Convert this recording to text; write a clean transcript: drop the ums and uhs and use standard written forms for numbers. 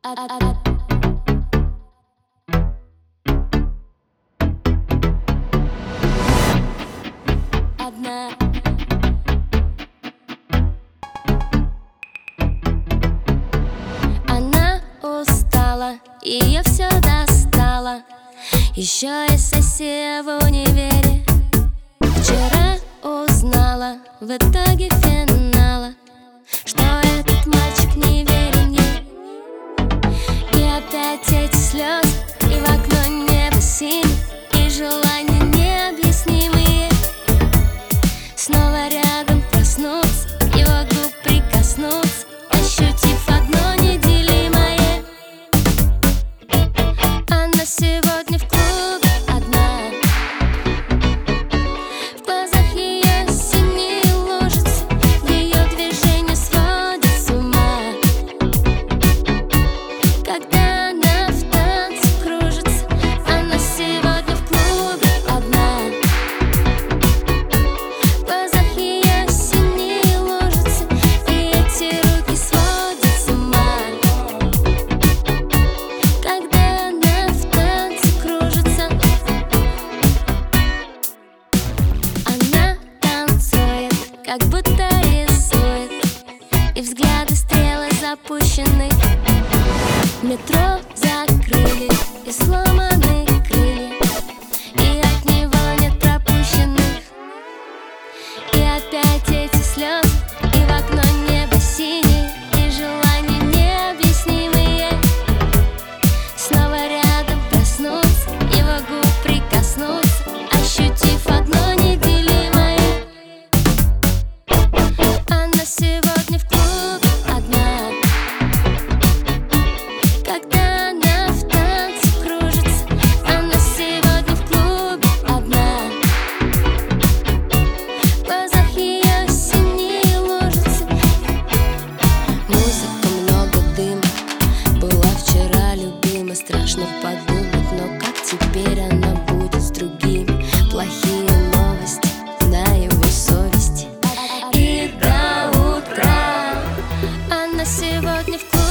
Одна. Она устала, ее все достало, еще и сессия в универе. Вчера узнала в итоге финала, что этот мальчик не верен ей. И опять эти слезы, и в окно небо синее, и желания необъяснимые. Снова рядом проснуться, его губ прикоснуться, ощутив одно неделимое. Она сегодня в клубе одна, в глазах ее синие лужицы, ее движение сводит с ума. Когда она в танце кружится, она сегодня в клубе одна, в глазах ее синие лужицы, и эти руки сводят с ума. Когда она в танце кружится, она танцует, как будто рисует, и взгляды стрелы запущены. Метро закрыли и сломаны крылья, и от него нет пропущенных. И опять эти слезы, и в окно небо синее, и желания необъяснимые. Снова рядом проснуться, его губ прикоснуться, ощутив одно неделимое. Она сегодня в клубе одна, когда она в танце кружится. Она сегодня в клубе одна, в глазах ее синие лужицы. Музыка, много дыма, была вчера любима. Страшно подумать, но как теперь она будет с другими? Плохие новости на его совести. И до утра она сегодня в клубе.